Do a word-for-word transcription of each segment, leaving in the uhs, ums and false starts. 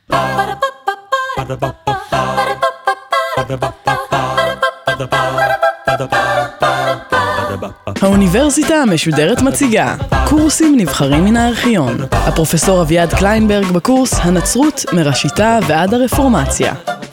האוניברסיטה המשודרת מציגה קורסים נבחרים מן הארכיון. הפרופסור אביעד קליינברג בקורס הנצרות מראשיתה ועד הרפורמציה.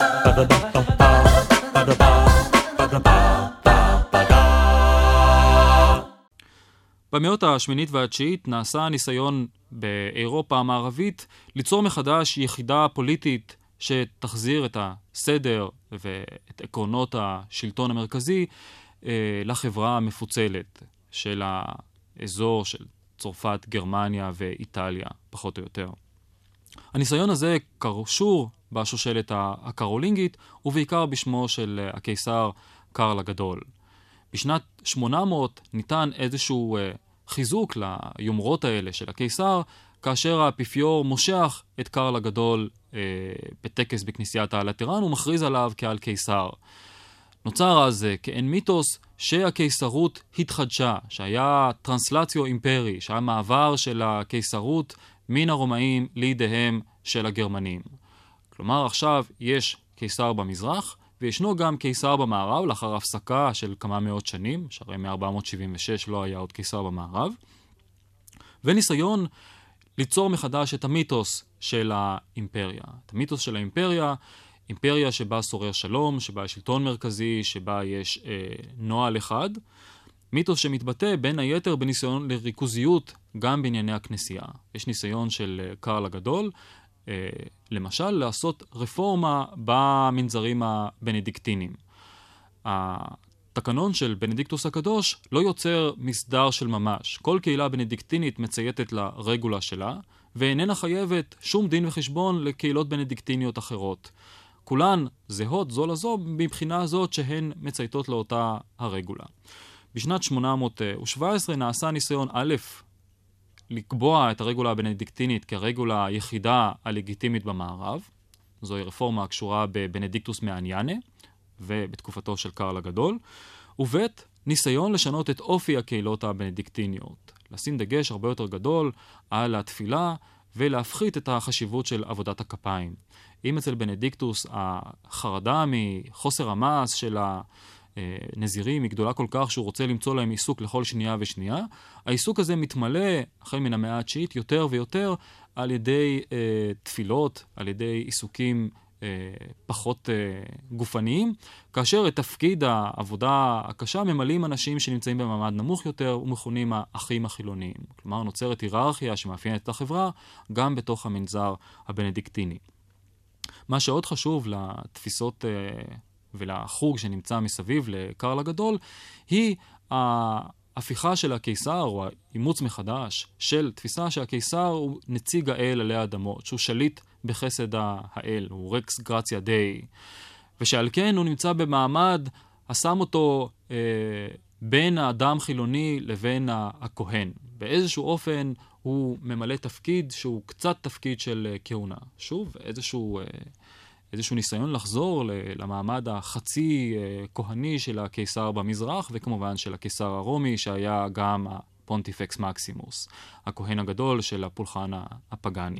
במאות השמינית והתשיעית נעשה ניסיון באירופה המערבית ליצור מחדש יחידה פוליטית שתחזיר את הסדר ואת עקרונות השלטון המרכזי אה, לחברה המפוצלת של האזור של צרפת, גרמניה ואיטליה, פחות או יותר. הניסיון הזה קשור בשושלת הקרולינגית ובעיקר בשמו של הקיסר קרל הגדול. בשנת שמונה מאות ניתן איזשהו אה, חיזוק ליומרות האלה של הקיסר, כאשר האפיפיור מושך את קרל הגדול אה, בטקס בכנסיית הלטרן ומכריז עליו כעל קיסר. נוצר אז אה, כאין מיתוס שהקיסרות התחדשה, שהיה טרנסלציו אימפרי, שהיה מעבר של הקיסרות מן הרומאים לידיהם של הגרמנים. כלומר עכשיו יש קיסר במזרח, וישנו גם קיסר במערב, לאחר הפסקה של כמה מאות שנים, שהרי מ-ארבע מאות שבעים ושש לא היה עוד קיסר במערב, וניסיון ליצור מחדש את המיתוס של האימפריה. את המיתוס של האימפריה, אימפריה שבה שורר שלום, שבה יש שלטון מרכזי, שבה יש אה, נועל אחד, מיתוס שמתבטא בין היתר בניסיון לריכוזיות גם בענייני הכנסייה. יש ניסיון של קרל הגדול, למשל, לעשות רפורמה במנזרים הבנדיקטינים. התקנון של בנדיקטוס הקדוש לא יוצר מסדר של ממש. כל קהילה בנדיקטינית מצייתת לרגולה שלה, ואיננה חייבת שום דין וחשבון לקהילות בנדיקטיניות אחרות. כולן זהות זו לזו מבחינה הזאת שהן מצייתות לאותה הרגולה. בשנת שמונה מאות שבע עשרה נעשה ניסיון א' לקבוע את הרגולה הבנדיקטינית כרגולה היחידה הלגיטימית במערב. זוהי רפורמה הקשורה בבנדיקטוס מאניאנה ובתקופתו של קרל הגדול. ובית ניסיון לשנות את אופי הקהילות הבנדיקטיניות. לשים דגש הרבה יותר גדול על התפילה ולהפחית את החשיבות של עבודת הכפיים. אם אצל בנדיקטוס החרדה מחוסר המעש של ה... נזירים היא גדולה כל כך שהוא רוצה למצוא להם עיסוק לכל שנייה ושנייה. העיסוק הזה מתמלא, החל מן המאה התשיעית, יותר ויותר על ידי אה, תפילות, על ידי עיסוקים אה, פחות אה, גופניים, כאשר את תפקיד העבודה הקשה ממלאים אנשים שנמצאים במעמד נמוך יותר ומכונים האחים החילוניים. כלומר, נוצרת היררכיה שמאפיינת את החברה גם בתוך המנזר הבנדיקטיני. מה שעוד חשוב לתפיסות אה, ולחוג שנמצא מסביב לקרל הגדול, היא ההפיכה של הקיסר, או האימוץ מחדש של תפיסה שהקיסר הוא נציג האל עלי האדמות, שהוא שליט בחסד האל, הוא רקס גרציה די, ושעל כן הוא נמצא במעמד, השם אותו אה, בין האדם חילוני לבין הכהן. באיזשהו אופן הוא ממלא תפקיד שהוא קצת תפקיד של כהונה. שוב, איזשהו... אה, איזשהו ניסיון לחזור למעמד החצי כהני של הקיסר במזרח, וכמובן של הקיסר הרומי, שהיה גם הפונטיפקס מקסימוס, הכהן הגדול של הפולחן הפגני.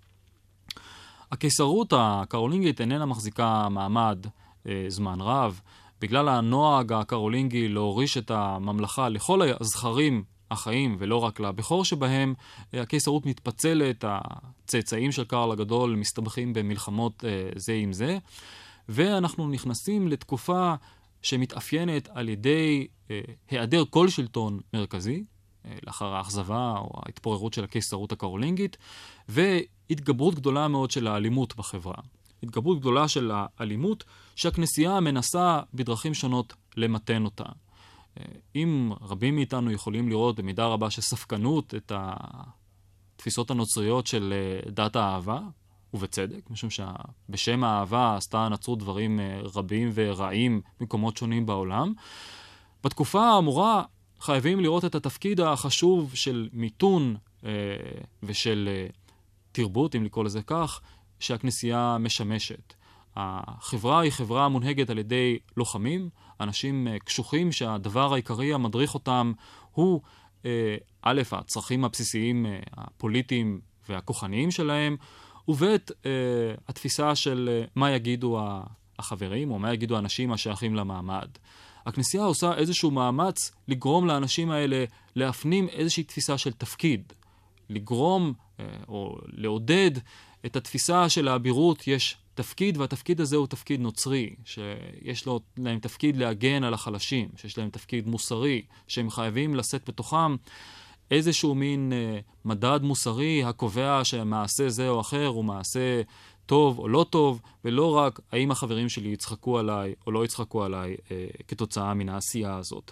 הקיסרות הקרולינגית איננה מחזיקה מעמד זמן רב, בגלל הנוהג הקרולינגי להוריש את הממלכה לכל הזכרים החיים ולא רק לבכור שבהם, הקיסרות מתפצלת, הצאצאים של קרל הגדול מסתבכים במלחמות זה עם זה, ואנחנו נכנסים לתקופה שמתאפיינת על ידי היעדר כל שלטון מרכזי, לאחר האכזבה או ההתפוררות של הקיסרות הקרולינגית, והתגברות גדולה מאוד של האלימות בחברה. התגברות גדולה של האלימות שהכנסייה מנסה בדרכים שונות למתן אותה. אם רבים מאיתנו יכולים לראות במידה רבה של ספקנות את התפיסות הנוצריות של דת האהבה, ובצדק, משום שבשם האהבה עשתה הנצרות דברים רבים ורעים במקומות שונים בעולם, בתקופה האמורה חייבים לראות את התפקיד החשוב של מיתון אה, ושל אה, תרבות, אם לקרוא לזה כך, שהכנסייה משמשת. החברה היא חברה מונהגת על ידי לוחמים, אנשים קשוחים שהדבר העיקרי המדריך אותם הוא א', הצרכים הבסיסיים הפוליטיים והכוחניים שלהם, ובית אה, התפיסה של אה, מה יגידו החברים, או מה יגידו האנשים השייכים למעמד. הכנסייה עושה איזשהו מאמץ לגרום לאנשים האלה להפנים איזושהי תפיסה של תפקיד. לגרום אה, או לעודד את התפיסה של האבירות יש תפקיד, והתפקיד הזה הוא תפקיד נוצרי, שיש לו, להם תפקיד להגן על החלשים, שיש להם תפקיד מוסרי, שהם חייבים לשאת בתוכם איזשהו מין אה, מדד מוסרי הקובע שמעשה זה או אחר הוא מעשה טוב או לא טוב, ולא רק האם החברים שלי יצחקו עליי או לא יצחקו עליי אה, כתוצאה מן העשייה הזאת.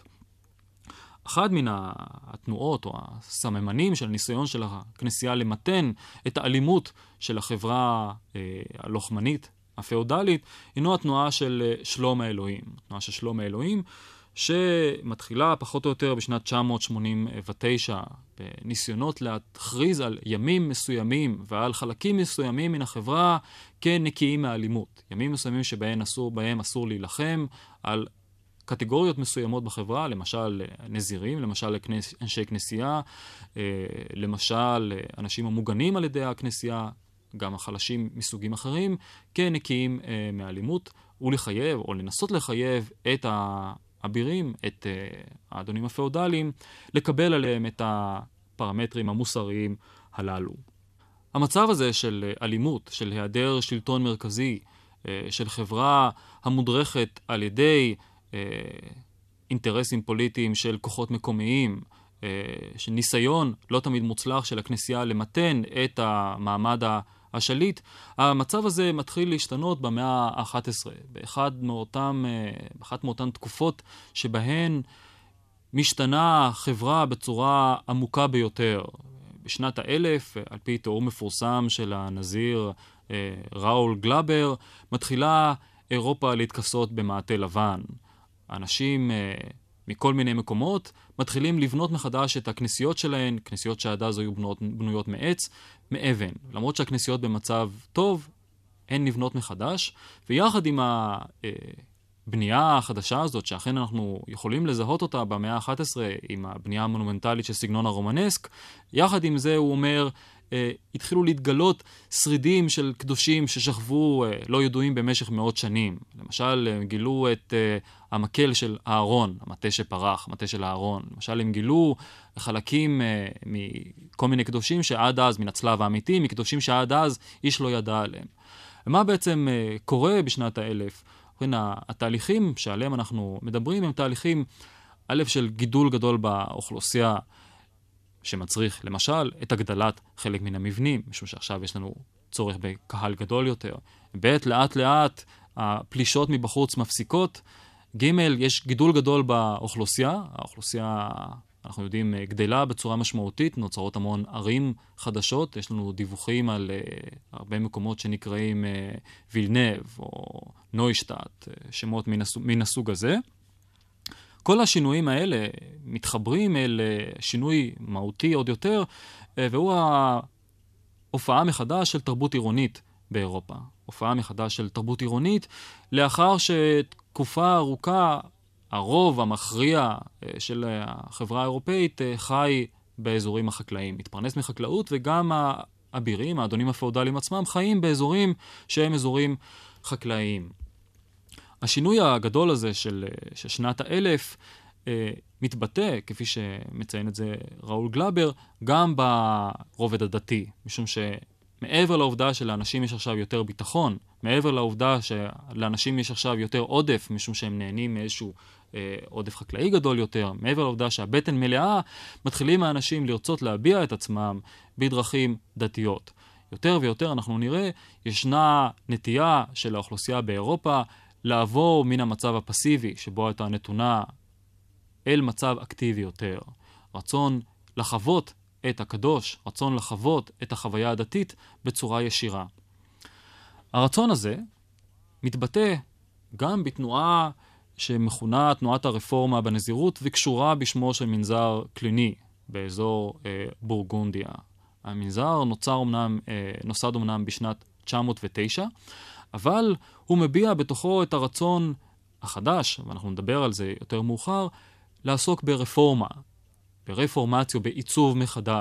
אחד מן התנועות או הסממנים של הניסיון של הכנסייה למתן את האלימות של החברה אה, הלוחמנית, הפאודלית, הינו התנועה של שלום האלוהים. התנועה של שלום האלוהים, שמתחילה פחות או יותר בשנת תשע מאות שמונים ותשע בניסיונות להכריז על ימים מסוימים ועל חלקים מסוימים מן החברה כנקיים מאלימות. ימים מסוימים שבהם אסור, בהם אסור להילחם על קטגוריות מסוימות בחברה, למשל נזירים, למשל אנשי כנסייה, למשל אנשים המוגנים על ידי הכנסייה, גם החלשים מסוגים אחרים, כנקיים מאלימות, ולחייב או לנסות לחייב את האבירים, את האדונים הפאודליים, לקבל עליהם את הפרמטרים המוסריים הללו. המצב הזה של אלימות, של היעדר שלטון מרכזי, של חברה המודרכת על ידי אינטרסים פוליטיים של כוחות מקומיים, של ניסיון לא תמיד מוצלח של הכנסייה למתן את המעמד השליט, המצב הזה מתחיל להשתנות במאה ה-אחת עשרה, באחד מאותם, באחת מאותן תקופות שבהן משתנה חברה בצורה עמוקה ביותר. בשנת האלף, על פי תיאור מפורסם של הנזיר ראול גלאבר, מתחילה אירופה להתכסות במעטה לבן. אנשים uh, מכל מיני מקומות מתחילים לבנות מחדש את הכנסיות שלהן, כנסיות שעד אז היו בנויות, בנויות מעץ, מאבן. למרות שהכנסיות במצב טוב, הן נבנות מחדש, ויחד עם הבנייה החדשה הזאת, שאכן אנחנו יכולים לזהות אותה במאה ה-אחת עשרה, עם הבנייה המונומנטלית של סגנון הרומנסק, יחד עם זה הוא אומר, Uh, התחילו להתגלות שרידים של קדושים ששכבו uh, לא ידועים במשך מאות שנים. למשל, הם גילו את uh, המקל של הארון, המטה שפרח, המטה של הארון. למשל, הם גילו חלקים uh, מכל מיני קדושים שעד אז, מן הצלב האמיתי, מקדושים שעד אז איש לא ידע עליהם. ומה בעצם uh, קורה בשנת האלף? התהליכים שעליהם אנחנו מדברים הם תהליכים, א' של גידול גדול באוכלוסייה, שמצריך, למשל, את הגדלת חלק מן המבנים, משום שעכשיו יש לנו צורך בקהל גדול יותר. ב' לאט לאט הפלישות מבחוץ מפסיקות. ג' יש גידול גדול באוכלוסייה. האוכלוסייה, אנחנו יודעים, גדלה בצורה משמעותית, נוצרות המון ערים חדשות. יש לנו דיווחים על uh, הרבה מקומות שנקראים uh, וילנב או נוישטאט, uh, שמות מן, הסוג, מן הסוג הזה. כל השינויים האלה מתחברים אל שינוי מהותי עוד יותר, והוא ההופעה מחדש של תרבות עירונית באירופה. הופעה מחדש של תרבות עירונית, לאחר שתקופה ארוכה, הרוב המכריע של החברה האירופאית חי באזורים החקלאיים. מתפרנס מחקלאות, וגם האבירים, האדונים הפאודליים עצמם, חיים באזורים שהם אזורים חקלאיים. השינוי הגדול הזה של, של שנת האלף אה, מתבטא, כפי שמציין את זה ראול גלאבר, גם ברובד הדתי, משום שמעבר לעובדה שלאנשים יש עכשיו יותר ביטחון, מעבר לעובדה שלאנשים יש עכשיו יותר עודף, משום שהם נהנים מאיזשהו אה, עודף חקלאי גדול יותר, מעבר לעובדה שהבטן מלאה, מתחילים האנשים לרצות להביע את עצמם בדרכים דתיות. יותר ויותר אנחנו נראה, ישנה נטייה של האוכלוסייה באירופה, לעבור מן המצב הפסיבי שבו הייתה נתונה אל מצב אקטיבי יותר. רצון לחוות את הקדוש, רצון לחוות את החוויה הדתית בצורה ישירה. הרצון הזה מתבטא גם בתנועה שמכונה תנועת הרפורמה בנזירות וקשורה בשמו של מנזר קליני באזור אה, בורגונדיה. המנזר נוצר אמנם, אה, נוסד אמנם בשנת תשע מאות ותשע, אבל הוא מביע בתוכו את הרצון החדש, ואנחנו נדבר על זה יותר מאוחר, לעסוק ברפורמה, ברפורמציה, בעיצוב מחדש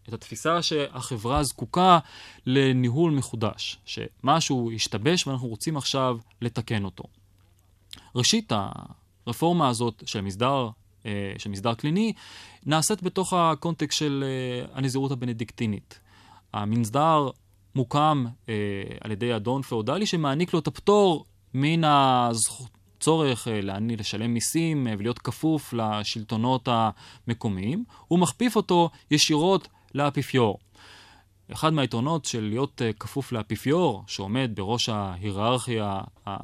את התפיסה שהחברה זקוקה לניהול מחודש, שמשהו ישתבש ואנחנו רוצים עכשיו לתקן אותו. ראשית, הרפורמה הזאת של מסדר, של מסדר קליני נעשית בתוך הקונטקסט של הנזירות הבנדיקטינית. המסדר מוקם על ידי אדון פאודלי שמעניק לו את הפטור מן הצורך לשלם מיסים ולהיות כפוף לשלטונות המקומיים. הוא מכפיף אותו ישירות לאפיפיור. אחד מהיתרונות של להיות כפוף לאפיפיור, שעומד בראש ההיררכיה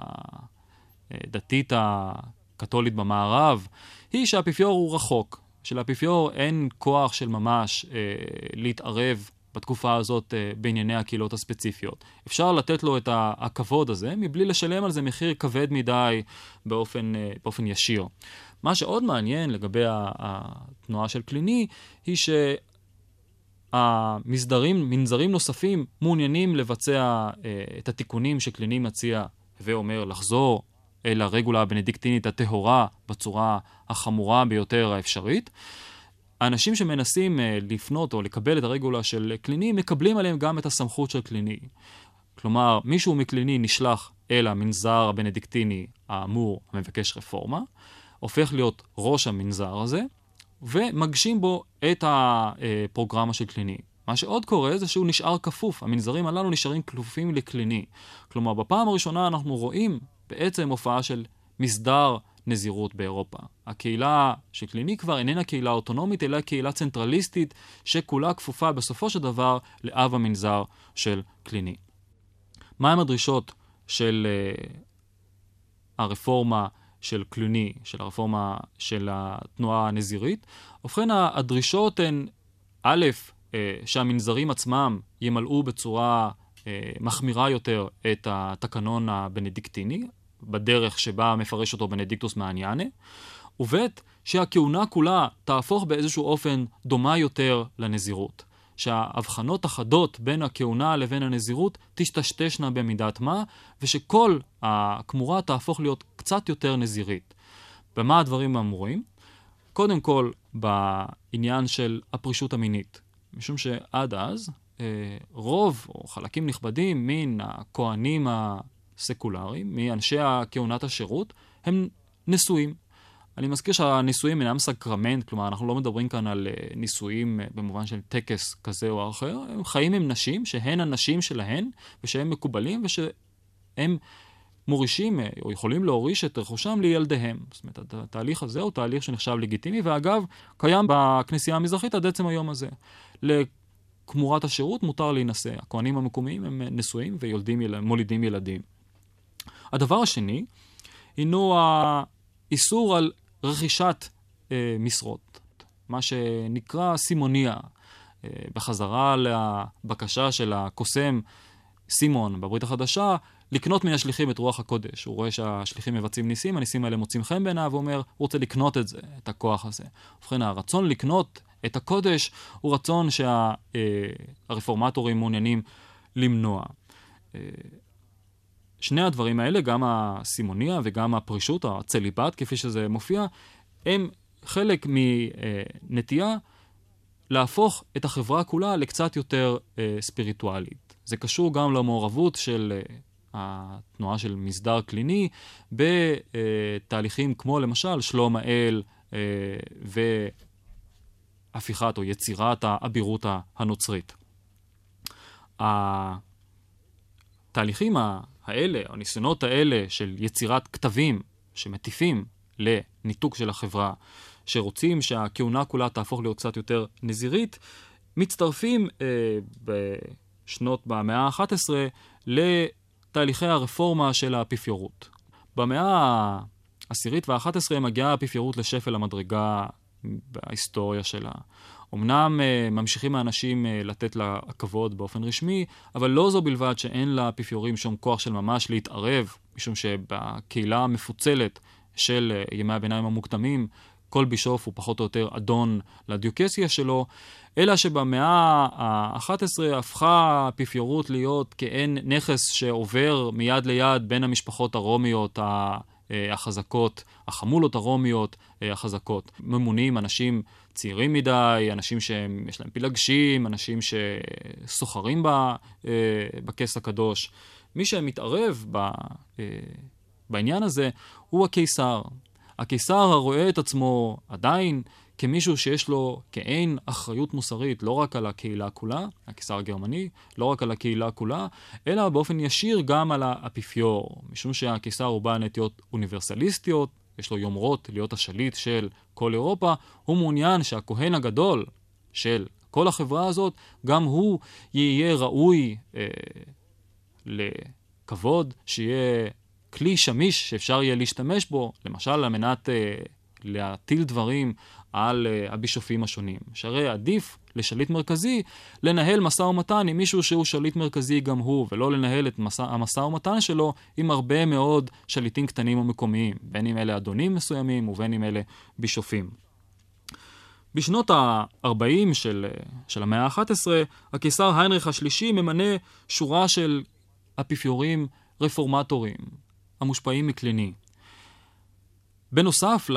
הדתית הקתולית במערב, היא שהאפיפיור הוא רחוק. שלאפיפיור אין כוח של ממש אה, להתערב בתקופה הזאת אה, בענייני הקהילות הספציפיות. אפשר לתת לו את הכבוד הזה, מבלי לשלם על זה מחיר כבד מדי באופן, אה, באופן ישיר. מה שעוד מעניין לגבי התנועה של קליני, היא שהמסדרים, מנזרים נוספים, מעוניינים לבצע אה, את התיקונים שקליני מציע, ואומר לחזור אל הרגולה הבנדיקטינית הטהורה בצורה החמורה ביותר האפשרית. האנשים שמנסים לפנות או לקבל את הרגולה של קליני, מקבלים עליהם גם את הסמכות של קליני. כלומר, מישהו מקליני נשלח אל המנזר הבנדיקטיני האמור המבקש רפורמה, הופך להיות ראש המנזר הזה, ומגשים בו את הפרוגרמה של קליני. מה שעוד קורה זה שהוא נשאר כפוף. המנזרים הללו נשארים כפופים לקליני. כלומר, בפעם הראשונה אנחנו רואים בעצם הופעה של מסדר נזירות באירופה. הקהילה של קליני כבר איננה קהילה אוטונומית, אלא קהילה צנטרליסטית שכולה כפופה בסופו של דבר לאב המנזר של קליני. מהם הדרישות של uh, הרפורמה של קליני, של הרפורמה של התנועה הנזירית? ובכן, הדרישות הן א', uh, שהמנזרים עצמם ימלאו בצורה uh, מחמירה יותר את התקנון הבנדיקטיני, בדרך שבה מפרש אותו בנדיקטוס מעניינה, ובית שהכהונה כולה תהפוך באיזשהו אופן דומה יותר לנזירות. שההבחנות החדות בין הכהונה לבין הנזירות תשתשתשנה במידת מה, ושכל הכמורה תהפוך להיות קצת יותר נזירית. במה הדברים אמורים? קודם כל, בעניין של הפרישות המינית. משום שעד אז, רוב או חלקים נכבדים מן הכהנים ה... סקולריים, מאנשי כהונת השירות, הם נשואים. אני מזכיר שהנישואים אינם סקרמנט, כלומר, אנחנו לא מדברים כאן על נישואים במובן של טקס כזה או אחר, הם חיים עם נשים שהן הנשים שלהן, ושהם מקובלים, ושהם מורישים, או יכולים להוריש את רכושם לילדיהם. זאת אומרת, התהליך הזה הוא תהליך שנחשב לגיטימי, ואגב, קיים בכנסייה המזרחית עד עצם היום הזה. לכמורת השירות מותר להינשא. הכהנים המקומיים הם נשואים ויולדים, מולידים ילדים. הדבר השני, הינו האיסור על רכישת אה, משרות, מה שנקרא סימוניה, אה, בחזרה לבקשה של הקוסם סימון בברית החדשה, לקנות מן השליחים את רוח הקודש. הוא רואה שהשליחים מבצעים ניסים, הניסים האלה מוצאים חן בעיניו, ואומר, הוא רוצה לקנות את זה, את הכוח הזה. ובכן, הרצון לקנות את הקודש הוא רצון שהרפורמטורים מעוניינים למנוע. אה, שני הדברים האלה, גם הסימוניה וגם הפרישות, הצליבט, כפי שזה מופיע, הם חלק מנטייה להפוך את החברה כולה לקצת יותר אה, ספיריטואלית. זה קשור גם למעורבות של אה, התנועה של מסדר קליני בתהליכים כמו למשל שלום האל אה, והפיכת או יצירת האבירות הנוצרית. התהליכים האלה, או הניסיונות האלה של יצירת כתבים שמטיפים לניתוק של החברה, שרוצים שהכהונה כולה תהפוך להיות קצת יותר נזירית, מצטרפים אה, בשנות, במאה ה-אחת עשרה, לתהליכי הרפורמה של האפיפיורות. במאה העשירית וה-אחת עשרה מגיעה האפיפיורות לשפל המדרגה בהיסטוריה שלה. אמנם uh, ממשיכים האנשים uh, לתת לה הכבוד באופן רשמי, אבל לא זו בלבד שאין לאפיפיורים שום כוח של ממש להתערב, משום שבקהילה המפוצלת של uh, ימי הביניים המוקדמים, כל בישוף הוא פחות או יותר אדון לדיוקסיה שלו, אלא שבמאה ה-אחת עשרה הפכה האפיפיורות להיות כאין נכס שעובר מיד ליד בין המשפחות הרומיות החזקות, החמולות הרומיות החזקות. ממונים אנשים צעירים מדי, אנשים שיש להם פילגשים, אנשים שסוחרים בכס הקדוש. מי שמתערב בעניין הזה הוא הקיסר. הקיסר הרואה את עצמו עדיין כמישהו שיש לו כאין אחריות מוסרית, לא רק על הקהילה כולה, הקיסר הגרמני, לא רק על הקהילה כולה, אלא באופן ישיר גם על האפיפיור, משום שהקיסר הוא בעל נטיות אוניברסליסטיות, יש לו יומרות להיות השליט של כל אירופה, הוא מעוניין שהכהן הגדול של כל החברה הזאת, גם הוא יהיה ראוי אה, לכבוד, שיהיה כלי שמיש שאפשר יהיה להשתמש בו, למשל על מנת אה, להטיל דברים על uh, הבישופים השונים. שהרי עדיף לשליט מרכזי לנהל מסע ומתן עם מישהו שהוא שליט מרכזי גם הוא, ולא לנהל את מסע, המסע ומתן שלו עם הרבה מאוד שליטים קטנים ומקומיים, בין אם אלה אדונים מסוימים ובין אם אלה בישופים. בשנות ה-ארבעים של, של המאה ה-אחת עשרה, הקיסר היינריך השלישי ממנה שורה של אפיפיורים רפורמטורים, המושפעים מקליני. בנוסף ל...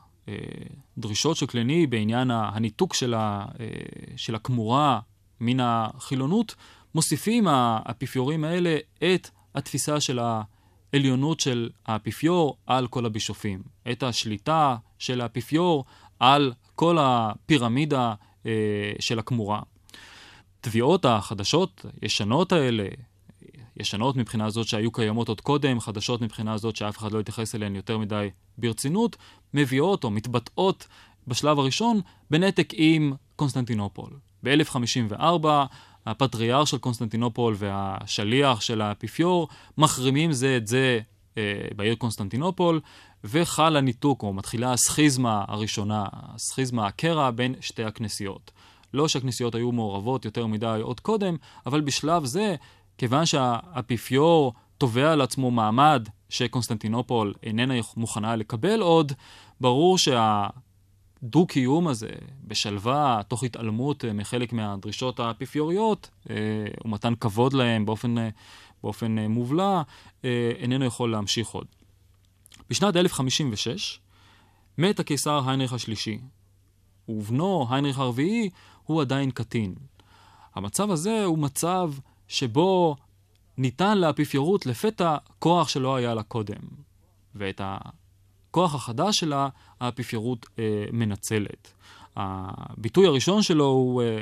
דרישות של קליני בעניין הניתוק של, ה, של הכמורה מן החילונות, מוסיפים האפיפיורים האלה את התפיסה של העליונות של האפיפיור על כל הבישופים, את השליטה של האפיפיור על כל הפירמידה של הכמורה. תביעות החדשות, ישנות האלה, ישנות מבחינה זאת שהיו קיימות עוד קודם, חדשות מבחינה זאת שאף אחד לא יתייחס אליהן יותר מדי ברצינות, מביאות או מתבטאות בשלב הראשון בנתק עם קונסטנטינופול. ב-אלף חמישים וארבע הפטריאר של קונסטנטינופול והשליח של האפיפיור מחרימים זה את זה אה, בעיר קונסטנטינופול, וחל הניתוק או מתחילה הסכיזמה הראשונה, הסכיזמה הקרע בין שתי הכנסיות. לא שהכנסיות היו מעורבות יותר מדי עוד קודם, אבל בשלב זה כיוון שהאפיפיור תובע על עצמו מעמד שקונסטנטינופול איננה מוכנה לקבל עוד, ברור שהדו-קיום הזה בשלווה, תוך התעלמות מחלק מהדרישות האפיפיוריות, ומתן כבוד להם באופן, באופן מובלע, איננו יכול להמשיך עוד. בשנת אלף חמישים ושש מת הקיסר היינריך השלישי, ובנו היינריך הרביעי הוא עדיין קטין. המצב הזה הוא מצב שבו ניתן לאפיפיורות לפתע כוח שלא היה לה קודם. ואת הכוח החדש שלה האפיפיורות אה, מנצלת. הביטוי הראשון שלו הוא אה,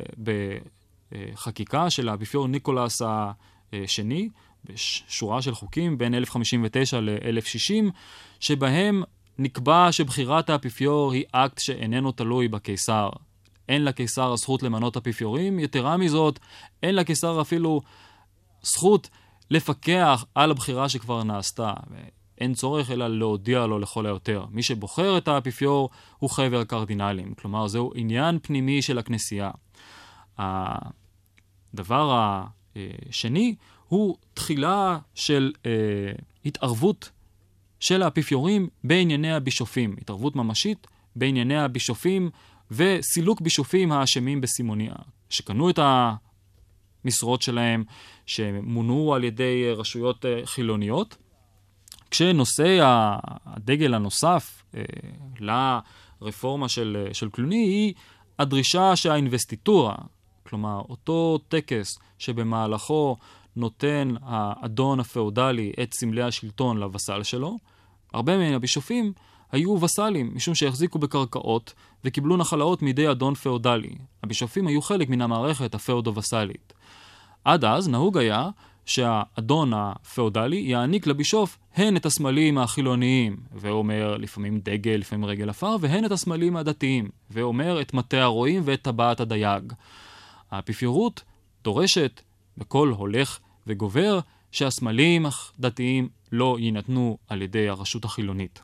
בחקיקה של האפיפיור ניקולס השני, בשורה של חוקים בין אלף חמישים ותשע ל-אלף שישים, שבהם נקבע שבחירת האפיפיור היא אקט שאיננו תלוי בקיסר. אין לקיסר הזכות למנות אפיפיורים, יתרה מזאת, אין לקיסר אפילו זכות לפקח על הבחירה שכבר נעשתה. אין צורך אלא להודיע לו לכל היותר. מי שבוחר את האפיפיור הוא חבר הקרדינלים, כלומר זהו עניין פנימי של הכנסייה. הדבר השני הוא תחילה של אה, התערבות של האפיפיורים בענייני הבישופים, התערבות ממשית בענייני הבישופים וסילוק בישופים האשמים בסימוניה, שקנו את המשרות שלהם, שמונו על ידי רשויות חילוניות, כשנושא הדגל הנוסף לרפורמה של, של קלוני היא הדרישה שהאינבסטיטורה, כלומר אותו טקס שבמהלכו נותן האדון הפאודלי את סמלי השלטון לבסל שלו, הרבה מן הבישופים היו וסלים, משום שהחזיקו בקרקעות וקיבלו נחלאות מידי אדון פאודלי. הבישופים היו חלק מן המערכת הפאודו-וסלית. עד אז נהוג היה שהאדון הפאודלי יעניק לבישוף הן את הסמלים החילוניים, ואומר לפעמים דגל, לפעמים רגל אפר, והן את הסמלים הדתיים, ואומר את מטה הרועים ואת טבעת הדייג. האפיפיורות דורשת בכל הולך וגובר שהסמלים הדתיים לא יינתנו על ידי הרשות החילונית.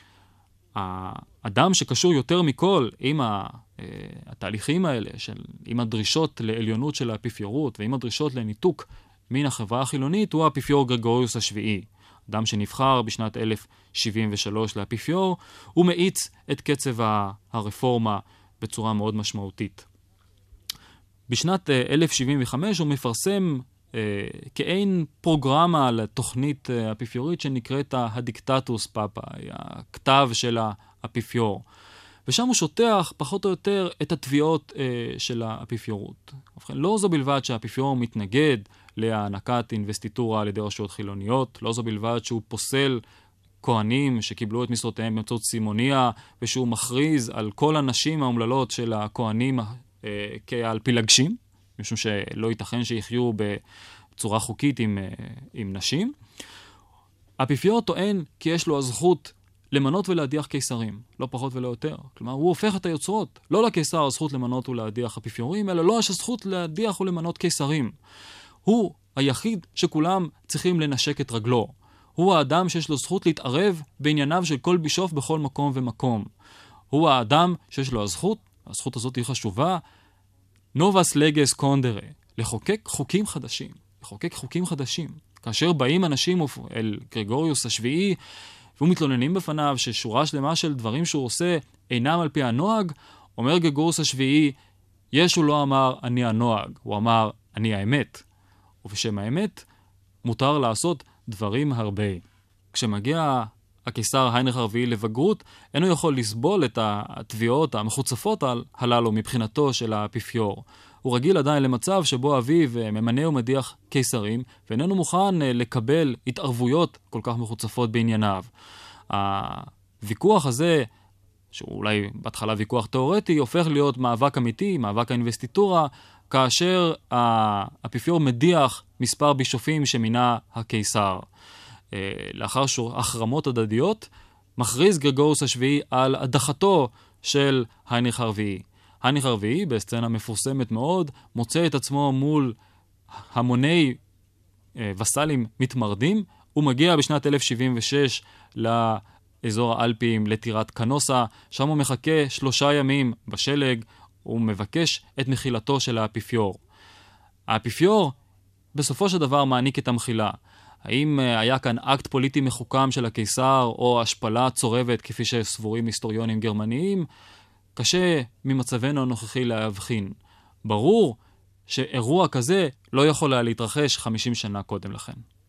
האדם שקשור יותר מכל עם התהליכים האלה, של, עם הדרישות לעליונות של האפיפיורות ועם הדרישות לניתוק מן החברה החילונית, הוא האפיפיור גרגוריוס השביעי. אדם שנבחר בשנת אלף שבעים ושלוש לאפיפיור, הוא מאיץ את קצב הרפורמה בצורה מאוד משמעותית. בשנת אלף שבעים וחמש הוא מפרסם כאין פרוגרמה לתוכנית האפיפיורית שנקראת הדיקטטוס פאפה, הכתב של האפיפיור. ושם הוא שוטח פחות או יותר את התביעות של האפיפיורות. ובכן, לא זו בלבד שהאפיפיור מתנגד להענקת אינבסטיטורה על ידי רשויות חילוניות, לא זו בלבד שהוא פוסל כהנים שקיבלו את משרותיהם באמצעות סימוניה, ושהוא מכריז על כל הנשים האומללות של הכהנים כעל פילגשים, משום שלא ייתכן שיחיו בצורה חוקית עם, עם נשים. האפיפיור טוען כי יש לו הזכות למנות ולהדיח קיסרים, לא פחות ולא יותר. כלומר, הוא הופך את היוצרות, לא לקיסר הזכות למנות ולהדיח אפיפיורים, אלא לא יש הזכות להדיח ולמנות קיסרים. הוא היחיד שכולם צריכים לנשק את רגלו. הוא האדם שיש לו זכות להתערב בענייניו של כל בישוף בכל מקום ומקום. הוא האדם שיש לו הזכות, הזכות הזאת היא חשובה, נובס לגס קונדרה, לחוקק חוקים חדשים. לחוקק חוקים חדשים. כאשר באים אנשים אל גרגוריוס השביעי, ומתלוננים בפניו ששורה שלמה של דברים שהוא עושה אינם על פי הנוהג, אומר גרגוריוס השביעי, ישו לא אמר אני הנוהג, הוא אמר אני האמת. ובשם האמת מותר לעשות דברים הרבה. כשמגיע הקיסר היינריך הרביעי לבגרות, אינו יכול לסבול את התביעות המחוצפות הללו מבחינתו של האפיפיור. הוא רגיל עדיין למצב שבו אביו ממנה ומדיח קיסרים, ואיננו מוכן לקבל התערבויות כל כך מחוצפות בענייניו. הוויכוח הזה, שהוא אולי בהתחלה ויכוח תיאורטי, הופך להיות מאבק אמיתי, מאבק האינבסטיטורה, כאשר האפיפיור מדיח מספר בישופים שמינה הקיסר. לאחר החרמות הדדיות, מכריז גרגוריוס השביעי על הדחתו של היינריך הרביעי. היינריך הרביעי, בסצנה מפורסמת מאוד, מוצא את עצמו מול המוני וסלים מתמרדים, הוא מגיע בשנת אלף שבעים ושש לאזור האלפים, לטירת קנוסה, שם הוא מחכה שלושה ימים בשלג, הוא מבקש את מחילתו של האפיפיור. האפיפיור בסופו של דבר מעניק את המחילה. האם היה כאן אקט פוליטי מחוכם של הקיסר או השפלה צורבת כפי שסבורים היסטוריונים גרמניים? קשה ממצבנו הנוכחי להבחין. ברור שאירוע כזה לא יכול היה להתרחש חמישים שנה קודם לכן.